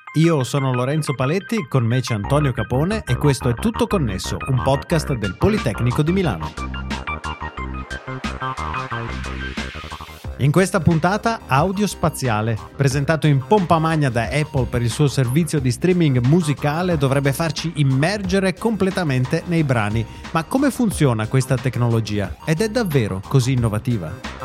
Io sono Lorenzo Paletti, con me c'è Antonio Capone e questo è Tutto Connesso, un podcast del Politecnico di Milano. In questa puntata audio spaziale, presentato in pompa magna da Apple per il suo servizio di streaming musicale, dovrebbe farci immergere completamente nei brani. Ma come funziona questa tecnologia? Ed è davvero così innovativa?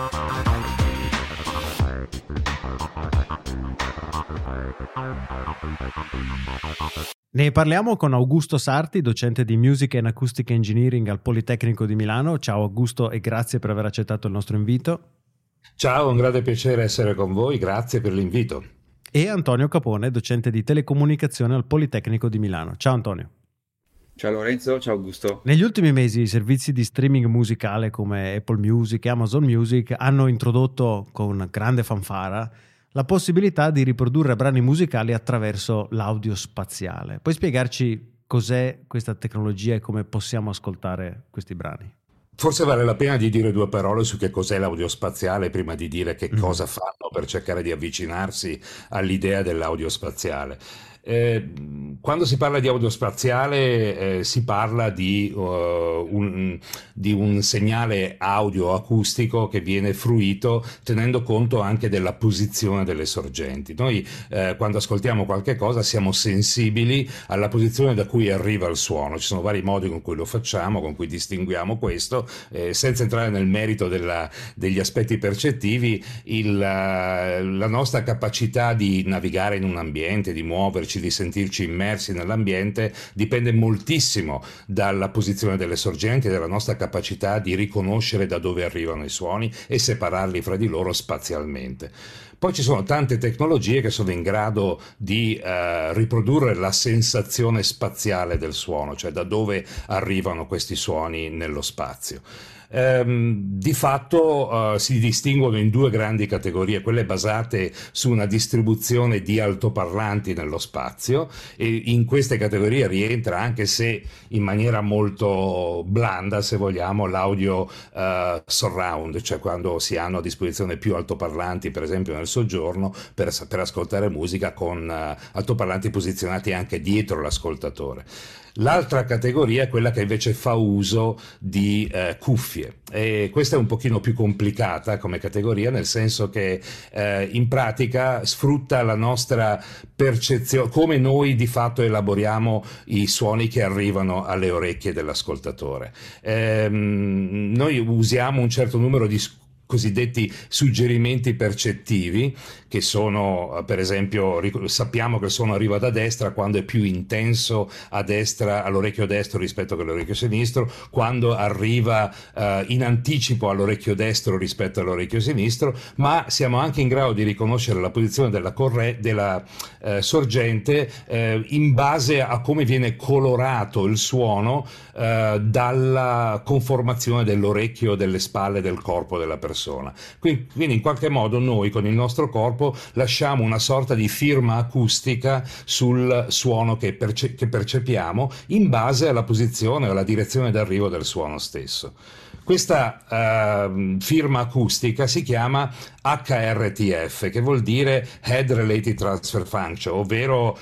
Ne parliamo con Augusto Sarti, docente di Music and Acoustic Engineering al Politecnico di Milano. Ciao Augusto e grazie per aver accettato il nostro invito. Ciao, un grande piacere essere con voi, grazie per l'invito. E Antonio Capone, docente di telecomunicazione al Politecnico di Milano. Ciao Antonio. Ciao Lorenzo, ciao Augusto. Negli ultimi mesi i servizi di streaming musicale come Apple Music e Amazon Music hanno introdotto con grande fanfara la possibilità di riprodurre brani musicali attraverso l'audio spaziale. Puoi spiegarci cos'è questa tecnologia e come possiamo ascoltare questi brani? Forse vale la pena di dire due parole su che cos'è l'audio spaziale prima di dire che cosa fanno per cercare di avvicinarsi all'idea dell'audio spaziale. Quando si parla di audio spaziale si parla di un segnale audio acustico che viene fruito tenendo conto anche della posizione delle sorgenti. Noi quando ascoltiamo qualche cosa siamo sensibili alla posizione da cui arriva il suono. Ci sono vari modi con cui lo facciamo, con cui distinguiamo questo, senza entrare nel merito degli aspetti percettivi. La nostra capacità di navigare in un ambiente, di muoverci, di sentirci immersi nell'ambiente dipende moltissimo dalla posizione delle sorgenti e dalla nostra capacità di riconoscere da dove arrivano i suoni e separarli fra di loro spazialmente. Poi ci sono tante tecnologie che sono in grado di riprodurre la sensazione spaziale del suono, cioè da dove arrivano questi suoni nello spazio. Di fatto si distinguono in due grandi categorie, quelle basate su una distribuzione di altoparlanti nello spazio, e in queste categorie rientra, anche se in maniera molto blanda se vogliamo, l'audio surround, cioè quando si hanno a disposizione più altoparlanti, per esempio nel soggiorno, per ascoltare musica con altoparlanti posizionati anche dietro l'ascoltatore. L'altra categoria è quella che invece fa uso di cuffie, e questa è un pochino più complicata come categoria, nel senso che in pratica sfrutta la nostra percezione, come noi di fatto elaboriamo i suoni che arrivano alle orecchie dell'ascoltatore. Noi usiamo un certo numero di cosiddetti suggerimenti percettivi, che sono, per esempio, sappiamo che il suono arriva da destra quando è più intenso a destra, all'orecchio destro rispetto all'orecchio sinistro, quando arriva in anticipo all'orecchio destro rispetto all'orecchio sinistro, ma siamo anche in grado di riconoscere la posizione della sorgente in base a come viene colorato il suono dalla conformazione dell'orecchio, delle spalle, del corpo della persona. Quindi in qualche modo noi con il nostro corpo lasciamo una sorta di firma acustica sul suono che percepiamo in base alla posizione o alla direzione d'arrivo del suono stesso. Questa firma acustica si chiama HRTF, che vuol dire Head Related Transfer Function, ovvero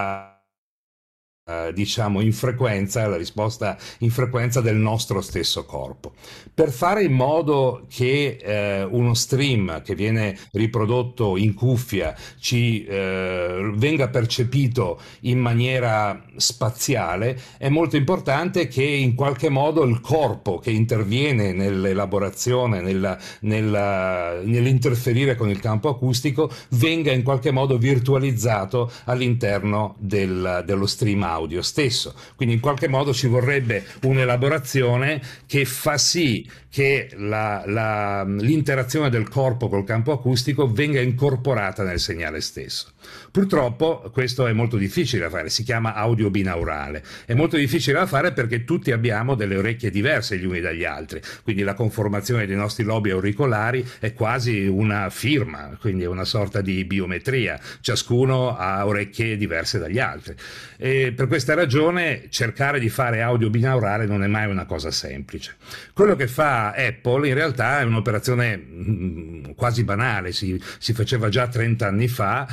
diciamo in frequenza, la risposta in frequenza del nostro stesso corpo. Per fare in modo che uno stream che viene riprodotto in cuffia ci venga percepito in maniera spaziale, è molto importante che in qualche modo il corpo che interviene nell'elaborazione, nell'interferire con il campo acustico, venga in qualche modo virtualizzato all'interno dello stream audio stesso. Quindi in qualche modo ci vorrebbe un'elaborazione che fa sì che l'interazione del corpo col campo acustico venga incorporata nel segnale stesso. Purtroppo questo è molto difficile da fare, si chiama audio binaurale. È molto difficile da fare perché tutti abbiamo delle orecchie diverse gli uni dagli altri, quindi la conformazione dei nostri lobi auricolari è quasi una firma, quindi è una sorta di biometria, ciascuno ha orecchie diverse dagli altri. Per per questa ragione cercare di fare audio binaurale non è mai una cosa semplice. Quello che fa Apple in realtà è un'operazione quasi banale, si faceva già 30 anni fa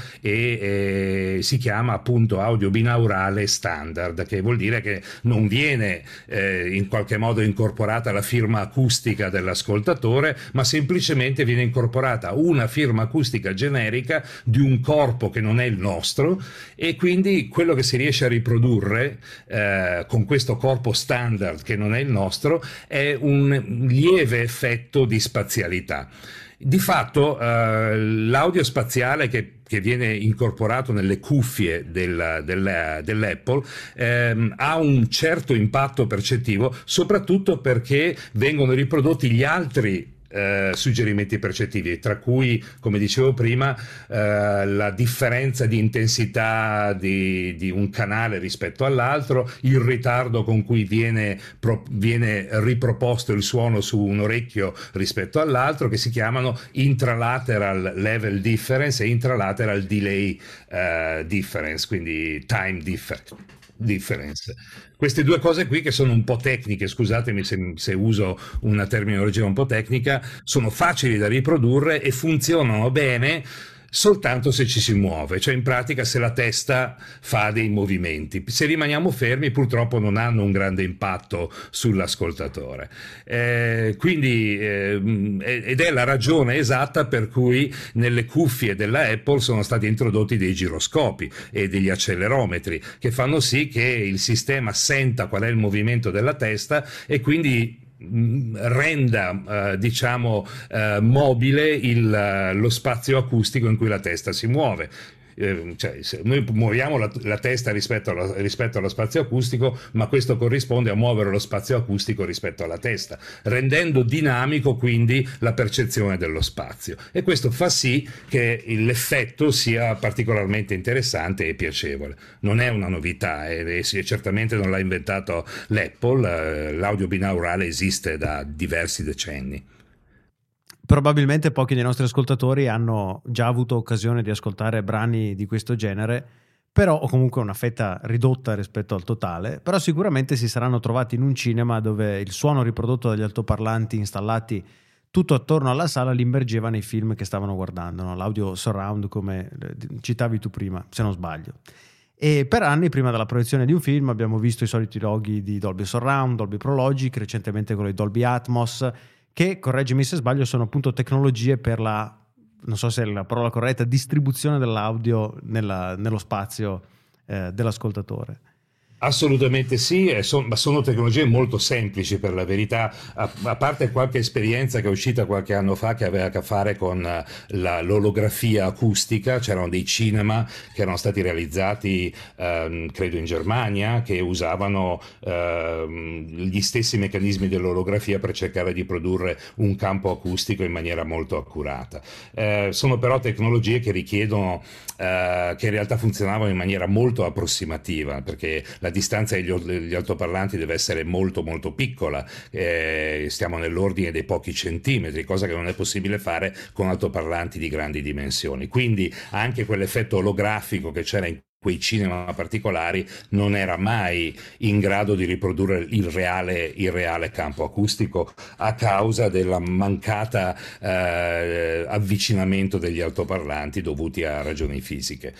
e si chiama appunto audio binaurale standard, che vuol dire che non viene in qualche modo incorporata la firma acustica dell'ascoltatore, ma semplicemente viene incorporata una firma acustica generica di un corpo che non è il nostro, e quindi quello che si riesce a riprodurre con questo corpo standard che non è il nostro è un lieve effetto di spazialità. Di fatto l'audio spaziale che viene incorporato nelle cuffie dell'Apple ha un certo impatto percettivo, soprattutto perché vengono riprodotti gli altri suggerimenti percettivi, tra cui, come dicevo prima, la differenza di intensità di un canale rispetto all'altro, il ritardo con cui viene riproposto il suono su un orecchio rispetto all'altro, che si chiamano intralateral level difference e intralateral delay difference, quindi time difference. Queste due cose qui, che sono un po' tecniche, scusatemi se uso una terminologia un po' tecnica, sono facili da riprodurre e funzionano bene soltanto se ci si muove, cioè in pratica se la testa fa dei movimenti. Se rimaniamo fermi purtroppo non hanno un grande impatto sull'ascoltatore, quindi ed è la ragione esatta per cui nelle cuffie della Apple sono stati introdotti dei giroscopi e degli accelerometri che fanno sì che il sistema senta qual è il movimento della testa e quindi renda mobile lo spazio acustico in cui la testa si muove. Cioè, se noi muoviamo la testa rispetto allo spazio acustico, ma questo corrisponde a muovere lo spazio acustico rispetto alla testa, rendendo dinamico quindi la percezione dello spazio, e questo fa sì che l'effetto sia particolarmente interessante e piacevole. Non è una novità e certamente non l'ha inventato l'Apple, l'audio binaurale esiste da diversi decenni. Probabilmente pochi dei nostri ascoltatori hanno già avuto occasione di ascoltare brani di questo genere, però, o comunque una fetta ridotta rispetto al totale, però sicuramente si saranno trovati in un cinema dove il suono riprodotto dagli altoparlanti installati tutto attorno alla sala li immergeva nei film che stavano guardando, no? L'audio surround, come citavi tu prima, se non sbaglio. E per anni, prima della proiezione di un film, abbiamo visto i soliti loghi di Dolby Surround, Dolby Pro Logic, recentemente quello di Dolby Atmos, che, correggimi se sbaglio, sono appunto tecnologie per non so se è la parola corretta, distribuzione dell'audio nello spazio dell'ascoltatore. Assolutamente sì, ma sono tecnologie molto semplici, per la verità, a parte qualche esperienza che è uscita qualche anno fa che aveva a che fare con l'olografia acustica. C'erano dei cinema che erano stati realizzati credo in Germania, che usavano gli stessi meccanismi dell'olografia per cercare di produrre un campo acustico in maniera molto accurata. Sono però tecnologie che richiedono che in realtà funzionavano in maniera molto approssimativa, perché la distanza degli altoparlanti deve essere molto molto piccola, stiamo nell'ordine dei pochi centimetri, cosa che non è possibile fare con altoparlanti di grandi dimensioni. Quindi anche quell'effetto olografico che c'era in quei cinema particolari non era mai in grado di riprodurre il reale campo acustico, a causa della mancata avvicinamento degli altoparlanti dovuti a ragioni fisiche.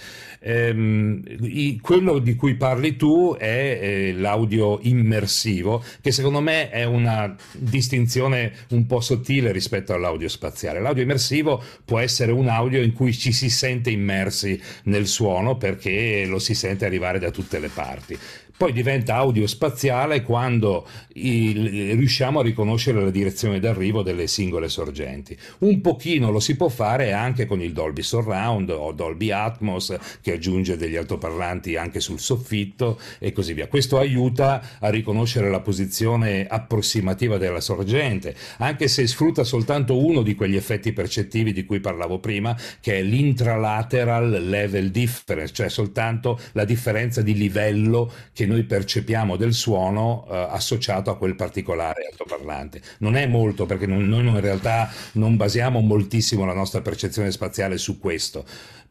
Quello di cui parli tu è l'audio immersivo, che secondo me è una distinzione un po' sottile rispetto all'audio spaziale. L'audio immersivo può essere un audio in cui ci si sente immersi nel suono, perché lo si sente arrivare da tutte le parti. Poi diventa audio spaziale quando riusciamo a riconoscere la direzione d'arrivo delle singole sorgenti. Un pochino lo si può fare anche con il Dolby Surround o Dolby Atmos, che aggiunge degli altoparlanti anche sul soffitto e così via. Questo aiuta a riconoscere la posizione approssimativa della sorgente, anche se sfrutta soltanto uno di quegli effetti percettivi di cui parlavo prima, che è l'intralateral level difference, cioè soltanto la differenza di livello che noi percepiamo del suono associato a quel particolare altoparlante. Non è molto, perché noi in realtà non basiamo moltissimo la nostra percezione spaziale su questo,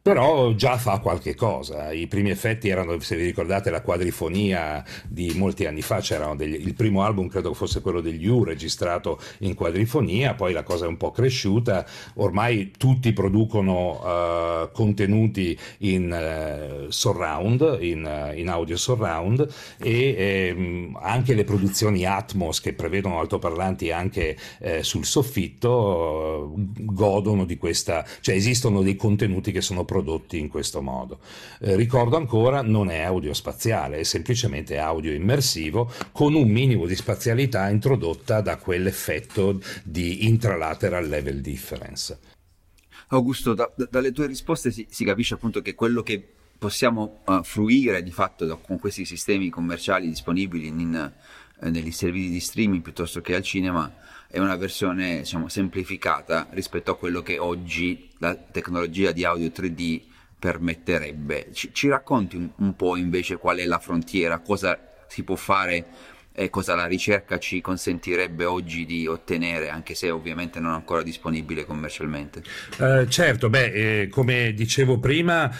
Però già fa qualche cosa. I primi effetti erano, se vi ricordate, la quadrifonia di molti anni fa, il primo album credo fosse quello degli U, registrato in quadrifonia, poi la cosa è un po' cresciuta, ormai tutti producono contenuti in surround, in audio surround, e anche le produzioni Atmos che prevedono altoparlanti anche sul soffitto godono di questa, cioè esistono dei contenuti che sono prodotti in questo modo. Ricordo ancora, non è audio spaziale, è semplicemente audio immersivo con un minimo di spazialità introdotta da quell'effetto di intralateral level difference. Augusto, dalle tue risposte si capisce appunto che quello che possiamo fruire di fatto con questi sistemi commerciali disponibili negli servizi di streaming piuttosto che al cinema è una versione, diciamo, semplificata rispetto a quello che oggi la tecnologia di audio 3D permetterebbe. Ci racconti un po' invece qual è la frontiera, cosa si può fare e cosa la ricerca ci consentirebbe oggi di ottenere, anche se ovviamente non è ancora disponibile commercialmente? Certo, come dicevo prima,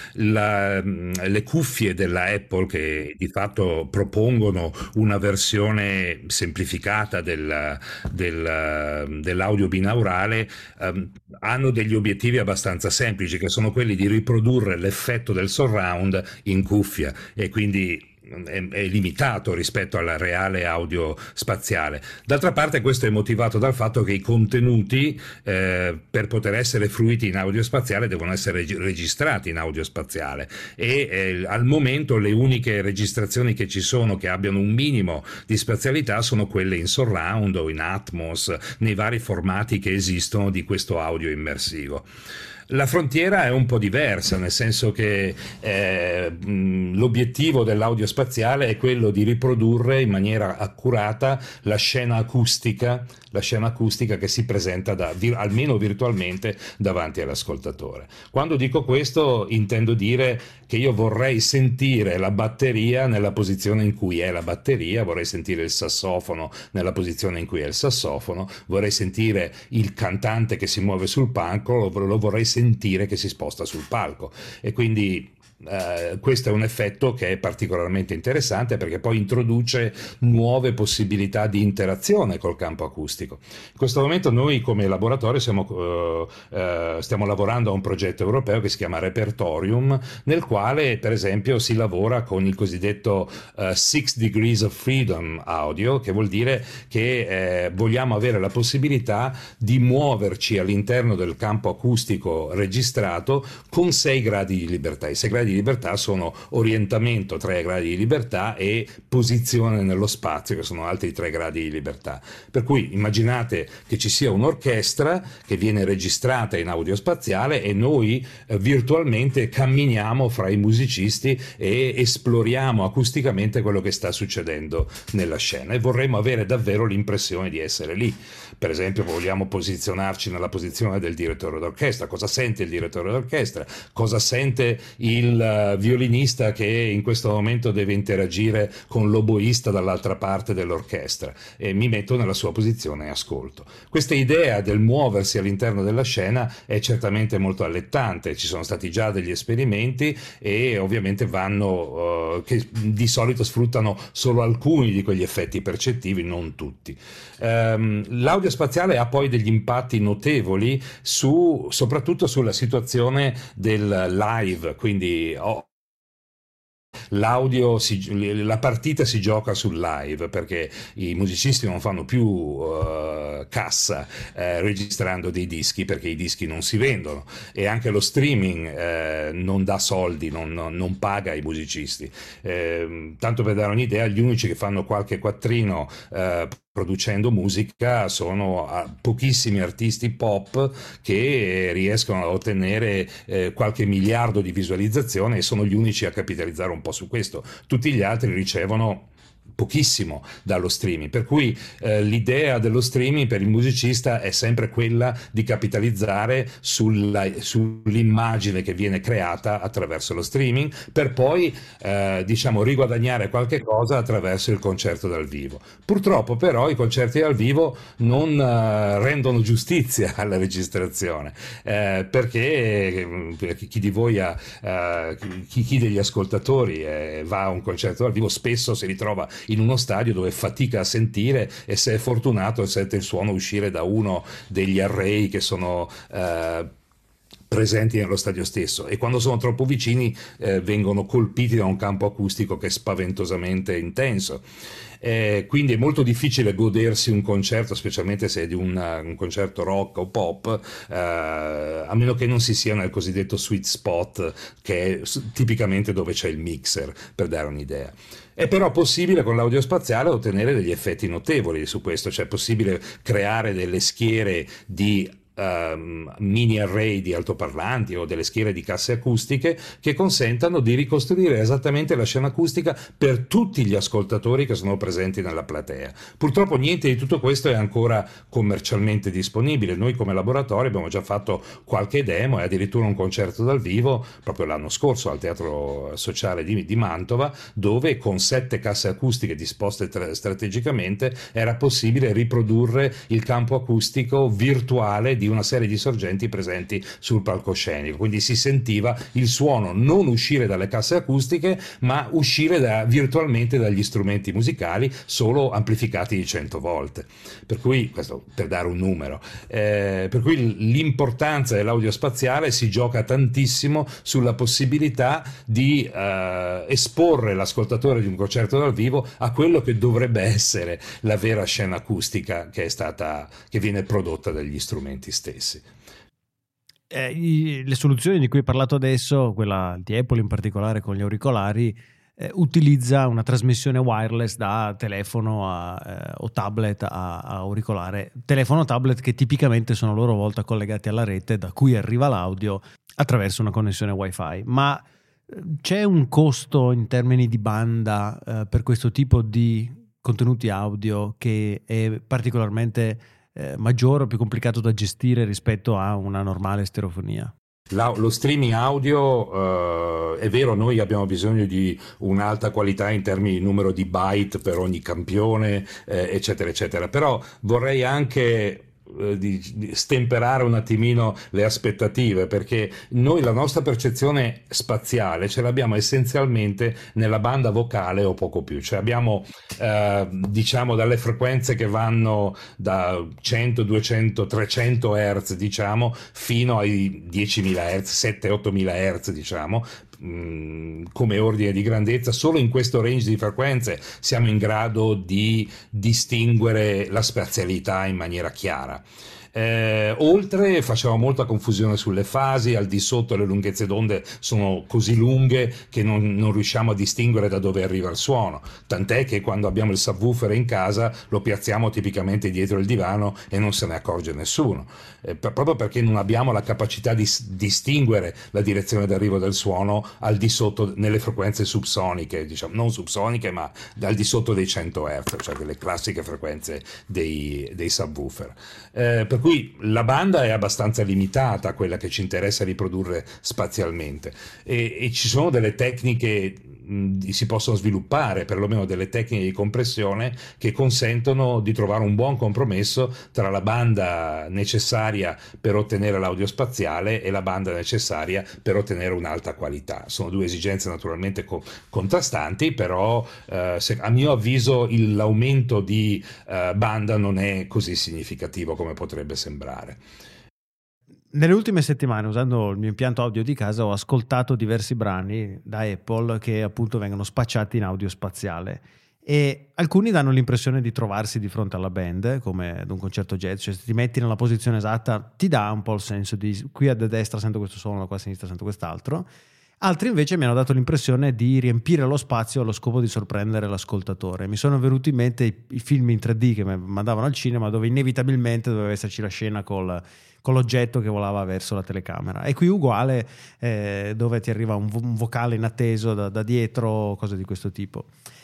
le cuffie della Apple, che di fatto propongono una versione semplificata dell'audio binaurale, hanno degli obiettivi abbastanza semplici, che sono quelli di riprodurre l'effetto del surround in cuffia, e quindi è limitato rispetto alla reale audio spaziale. D'altra parte questo è motivato dal fatto che i contenuti per poter essere fruiti in audio spaziale devono essere registrati in audio spaziale, e al momento le uniche registrazioni che ci sono che abbiano un minimo di spazialità sono quelle in surround o in Atmos, nei vari formati che esistono di questo audio immersivo. La frontiera è un po' diversa, nel senso che l'obiettivo dell'audio spaziale è quello di riprodurre in maniera accurata la scena acustica che si presenta almeno virtualmente davanti all'ascoltatore. Quando dico questo intendo dire che io vorrei sentire la batteria nella posizione in cui è la batteria, vorrei sentire il sassofono nella posizione in cui è il sassofono, vorrei sentire il cantante che si muove sul palco, lo vorrei sentire che si sposta sul palco, e quindi questo è un effetto che è particolarmente interessante, perché poi introduce nuove possibilità di interazione col campo acustico. In questo momento noi come laboratorio stiamo lavorando a un progetto europeo che si chiama Repertorium, nel quale per esempio si lavora con il cosiddetto 6 Degrees of Freedom audio, che vuol dire che vogliamo avere la possibilità di muoverci all'interno del campo acustico registrato con 6 gradi di libertà. I 6 gradi di libertà sono orientamento 3 gradi di libertà e posizione nello spazio, che sono altri 3 gradi di libertà. Per cui immaginate che ci sia un'orchestra che viene registrata in audio spaziale e noi virtualmente camminiamo fra i musicisti e esploriamo acusticamente quello che sta succedendo nella scena, e vorremmo avere davvero l'impressione di essere lì. Per esempio vogliamo posizionarci nella posizione del direttore d'orchestra, cosa sente il direttore d'orchestra, cosa sente il violinista che in questo momento deve interagire con l'oboista dall'altra parte dell'orchestra, e mi metto nella sua posizione e ascolto. Questa idea del muoversi all'interno della scena è certamente molto allettante, ci sono stati già degli esperimenti e ovviamente che di solito sfruttano solo alcuni di quegli effetti percettivi, non tutti. L'audio spaziale ha poi degli impatti notevoli soprattutto sulla situazione del live, quindi la partita si gioca sul live, perché i musicisti non fanno più cassa registrando dei dischi, perché i dischi non si vendono, e anche lo streaming non dà soldi, non paga i musicisti. Tanto per dare un'idea, gli unici che fanno qualche quattrino producendo musica sono pochissimi artisti pop che riescono a ottenere qualche miliardo di visualizzazioni, e sono gli unici a capitalizzare un po' su questo. Tutti gli altri ricevono pochissimo dallo streaming, per cui l'idea dello streaming per il musicista è sempre quella di capitalizzare sull'immagine che viene creata attraverso lo streaming, per poi diciamo riguadagnare qualche cosa attraverso il concerto dal vivo. Purtroppo però i concerti dal vivo non rendono giustizia alla registrazione, perché chi di voi chi degli ascoltatori va a un concerto dal vivo spesso si ritrova in uno stadio dove fatica a sentire, e se è fortunato sente il suono uscire da uno degli array che sono presenti nello stadio stesso, e quando sono troppo vicini vengono colpiti da un campo acustico che è spaventosamente intenso. Quindi è molto difficile godersi un concerto, specialmente se è di un concerto rock o pop, a meno che non si sia nel cosiddetto sweet spot, che è tipicamente dove c'è il mixer, per dare un'idea. È però possibile con l'audio spaziale ottenere degli effetti notevoli su questo, cioè è possibile creare delle schiere di mini array di altoparlanti o delle schiere di casse acustiche che consentano di ricostruire esattamente la scena acustica per tutti gli ascoltatori che sono presenti nella platea. Purtroppo niente di tutto questo è ancora commercialmente disponibile. Noi come laboratorio abbiamo già fatto qualche demo e addirittura un concerto dal vivo proprio l'anno scorso al Teatro Sociale di Mantova, dove con 7 casse acustiche disposte strategicamente era possibile riprodurre il campo acustico virtuale di una serie di sorgenti presenti sul palcoscenico, quindi si sentiva il suono non uscire dalle casse acustiche ma uscire virtualmente dagli strumenti musicali, solo amplificati di 100 volte, per cui questo per dare un numero, per cui l'importanza dell'audio spaziale si gioca tantissimo sulla possibilità di esporre l'ascoltatore di un concerto dal vivo a quello che dovrebbe essere la vera scena acustica che viene prodotta dagli strumenti stessi. Le soluzioni di cui hai parlato adesso, quella di Apple in particolare con gli auricolari, utilizza una trasmissione wireless da telefono o tablet a auricolare, telefono o tablet che tipicamente sono a loro volta collegati alla rete da cui arriva l'audio attraverso una connessione wifi. Ma c'è un costo in termini di banda per questo tipo di contenuti audio che è particolarmente maggiore o più complicato da gestire rispetto a una normale stereofonia? Lo streaming audio, è vero, noi abbiamo bisogno di un'alta qualità in termini di numero di byte per ogni campione, eccetera eccetera, però vorrei anche di stemperare un attimino le aspettative, perché noi la nostra percezione spaziale ce l'abbiamo essenzialmente nella banda vocale o poco più, cioè abbiamo diciamo dalle frequenze che vanno da 100, 200, 300 Hz diciamo fino ai 10.000 Hz, 7-8.000 Hz diciamo, come ordine di grandezza. Solo in questo range di frequenze siamo in grado di distinguere la spazialità in maniera chiara. Oltre facciamo molta confusione sulle fasi, al di sotto le lunghezze d'onde sono così lunghe che non riusciamo a distinguere da dove arriva il suono, tant'è che quando abbiamo il subwoofer in casa lo piazziamo tipicamente dietro il divano e non se ne accorge nessuno, proprio perché non abbiamo la capacità di distinguere la direzione d'arrivo del suono al di sotto, nelle frequenze subsoniche, diciamo non subsoniche ma al di sotto dei 100 Hz, cioè delle classiche frequenze dei subwoofer. Per cui la banda è abbastanza limitata, quella che ci interessa riprodurre spazialmente, e ci sono delle tecniche si possono sviluppare, perlomeno delle tecniche di compressione che consentono di trovare un buon compromesso tra la banda necessaria per ottenere l'audio spaziale e la banda necessaria per ottenere un'alta qualità. Sono due esigenze naturalmente contrastanti, però a mio avviso l'aumento di banda non è così significativo come potrebbe sembrare. Nelle ultime settimane, usando il mio impianto audio di casa, ho ascoltato diversi brani da Apple che appunto vengono spacciati in audio spaziale, e alcuni danno l'impressione di trovarsi di fronte alla band come ad un concerto jazz, cioè se ti metti nella posizione esatta ti dà un po' il senso di qui a destra sento questo suono, qua a sinistra sento quest'altro. Altri invece mi hanno dato l'impressione di riempire lo spazio allo scopo di sorprendere l'ascoltatore. Mi sono venuti in mente i film in 3D che mi mandavano al cinema, dove inevitabilmente doveva esserci la scena con l'oggetto che volava verso la telecamera. E qui uguale, dove ti arriva un vocale inatteso da dietro, cose di questo tipo.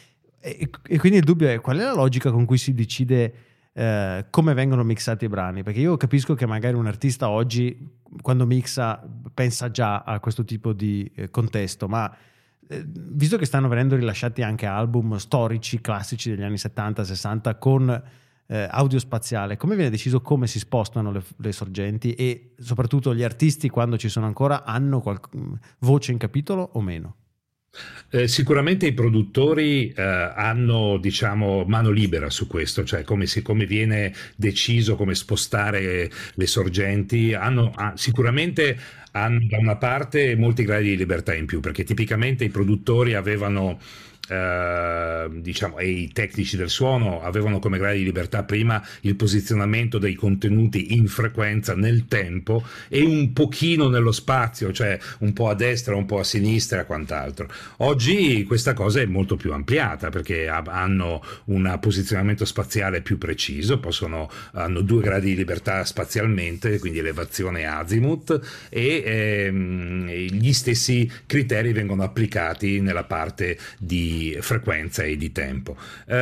E quindi il dubbio è: qual è la logica con cui si decide come vengono mixati i brani? Perché io capisco che magari un artista oggi, quando mixa, pensa già a questo tipo di contesto, ma visto che stanno venendo rilasciati anche album storici, classici degli anni 70-60 con audio spaziale, come viene deciso come si spostano le sorgenti, e soprattutto gli artisti, quando ci sono ancora, hanno voce in capitolo o meno? Sicuramente i produttori hanno, diciamo, mano libera su questo, cioè come viene deciso, come spostare le sorgenti. Sicuramente hanno da una parte molti gradi di libertà in più, perché tipicamente i produttori avevano diciamo, e i tecnici del suono avevano come gradi di libertà prima il posizionamento dei contenuti in frequenza nel tempo e un pochino nello spazio, cioè un po' a destra, un po' a sinistra e quant'altro. Oggi questa cosa è molto più ampliata, perché hanno un posizionamento spaziale più preciso, hanno 2 gradi di libertà spazialmente, quindi elevazione e azimuth, e gli stessi criteri vengono applicati nella parte di frequenza e di tempo.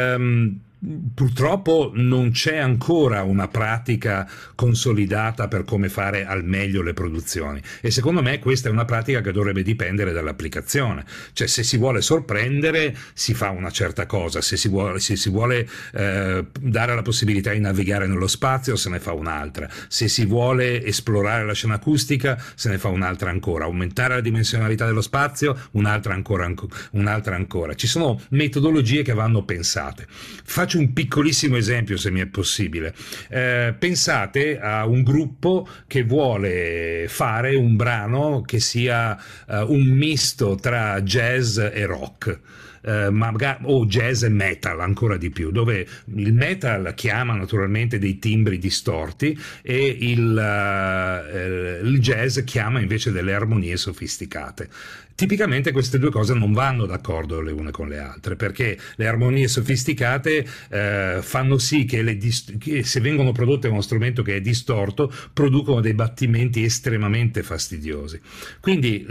Purtroppo non c'è ancora una pratica consolidata per come fare al meglio le produzioni, e secondo me questa è una pratica che dovrebbe dipendere dall'applicazione. Cioè, se si vuole sorprendere si fa una certa cosa, se si vuole dare la possibilità di navigare nello spazio se ne fa un'altra, se si vuole esplorare la scena acustica se ne fa un'altra ancora, aumentare la dimensionalità dello spazio un'altra ancora. Ci sono metodologie che vanno pensate. Faccio un piccolissimo esempio, se mi è possibile. Pensate a un gruppo che vuole fare un brano che sia un misto tra jazz e rock. O jazz e metal, ancora di più, dove il metal chiama naturalmente dei timbri distorti e il jazz chiama invece delle armonie sofisticate. Tipicamente queste 2 cose non vanno d'accordo le une con le altre, perché le armonie sofisticate fanno sì che se vengono prodotte uno strumento che è distorto, producono dei battimenti estremamente fastidiosi. Quindi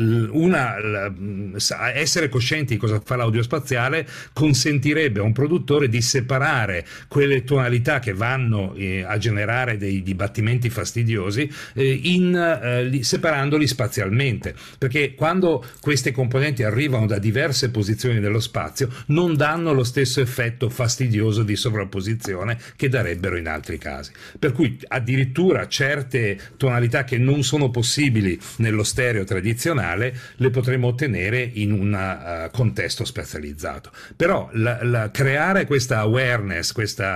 essere coscienti di cosa fa l'audio spaziale consentirebbe a un produttore di separare quelle tonalità che vanno a generare dei battimenti fastidiosi, separandoli spazialmente, perché quando queste componenti arrivano da diverse posizioni dello spazio non danno lo stesso effetto fastidioso di sovrapposizione che darebbero in altri casi. Per cui addirittura certe tonalità che non sono possibili nello stereo tradizionale le potremo ottenere in un contesto spazializzato. Però creare questa awareness, questa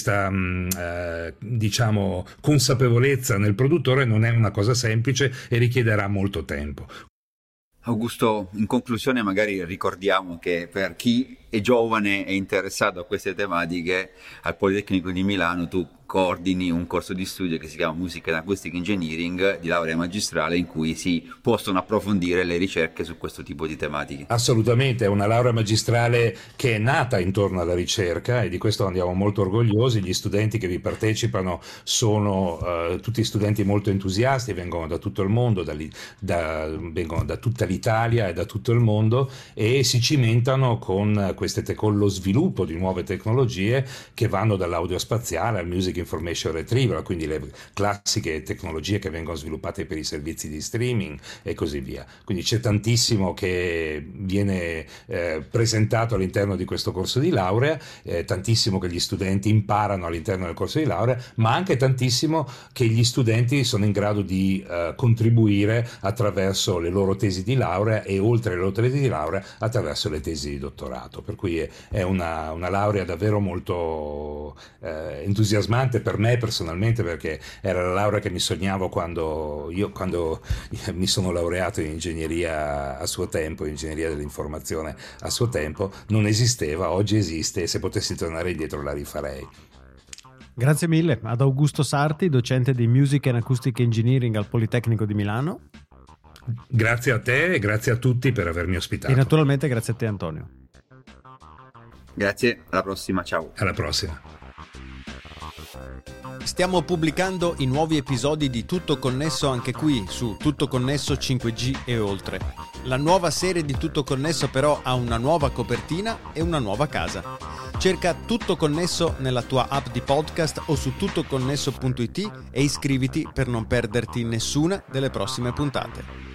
diciamo consapevolezza nel produttore non è una cosa semplice e richiederà molto tempo. Augusto, in conclusione magari ricordiamo che per chi è giovane e interessato a queste tematiche, al Politecnico di Milano tu coordini un corso di studio che si chiama Music and Acoustic Engineering di laurea magistrale, in cui si possono approfondire le ricerche su questo tipo di tematiche. Assolutamente, è una laurea magistrale che è nata intorno alla ricerca e di questo andiamo molto orgogliosi. Gli studenti che vi partecipano sono tutti studenti molto entusiasti, vengono da tutto il mondo, vengono da tutta l'Italia e da tutto il mondo, e si cimentano con lo sviluppo di nuove tecnologie che vanno dall'audio spaziale al music information retrieval, quindi le classiche tecnologie che vengono sviluppate per i servizi di streaming e così via. Quindi c'è tantissimo che viene presentato all'interno di questo corso di laurea, tantissimo che gli studenti imparano all'interno del corso di laurea, ma anche tantissimo che gli studenti sono in grado di contribuire attraverso le loro tesi di laurea e, oltre le loro tesi di laurea, attraverso le tesi di dottorato. Per cui è una laurea davvero molto entusiasmante per me personalmente, perché era la laurea che mi sognavo quando mi sono laureato in ingegneria a suo tempo, in ingegneria dell'informazione a suo tempo. Non esisteva, oggi esiste, e se potessi tornare indietro la rifarei. Grazie mille ad Augusto Sarti, docente di Music and Acoustic Engineering al Politecnico di Milano. Grazie a te e grazie a tutti per avermi ospitato. E naturalmente grazie a te, Antonio. Grazie, alla prossima, ciao. Alla prossima. Stiamo pubblicando i nuovi episodi di Tutto Connesso anche qui su Tutto Connesso 5G e oltre. La nuova serie di Tutto Connesso però ha una nuova copertina e una nuova casa. Cerca Tutto Connesso nella tua app di podcast o su tuttoconnesso.it e iscriviti per non perderti nessuna delle prossime puntate.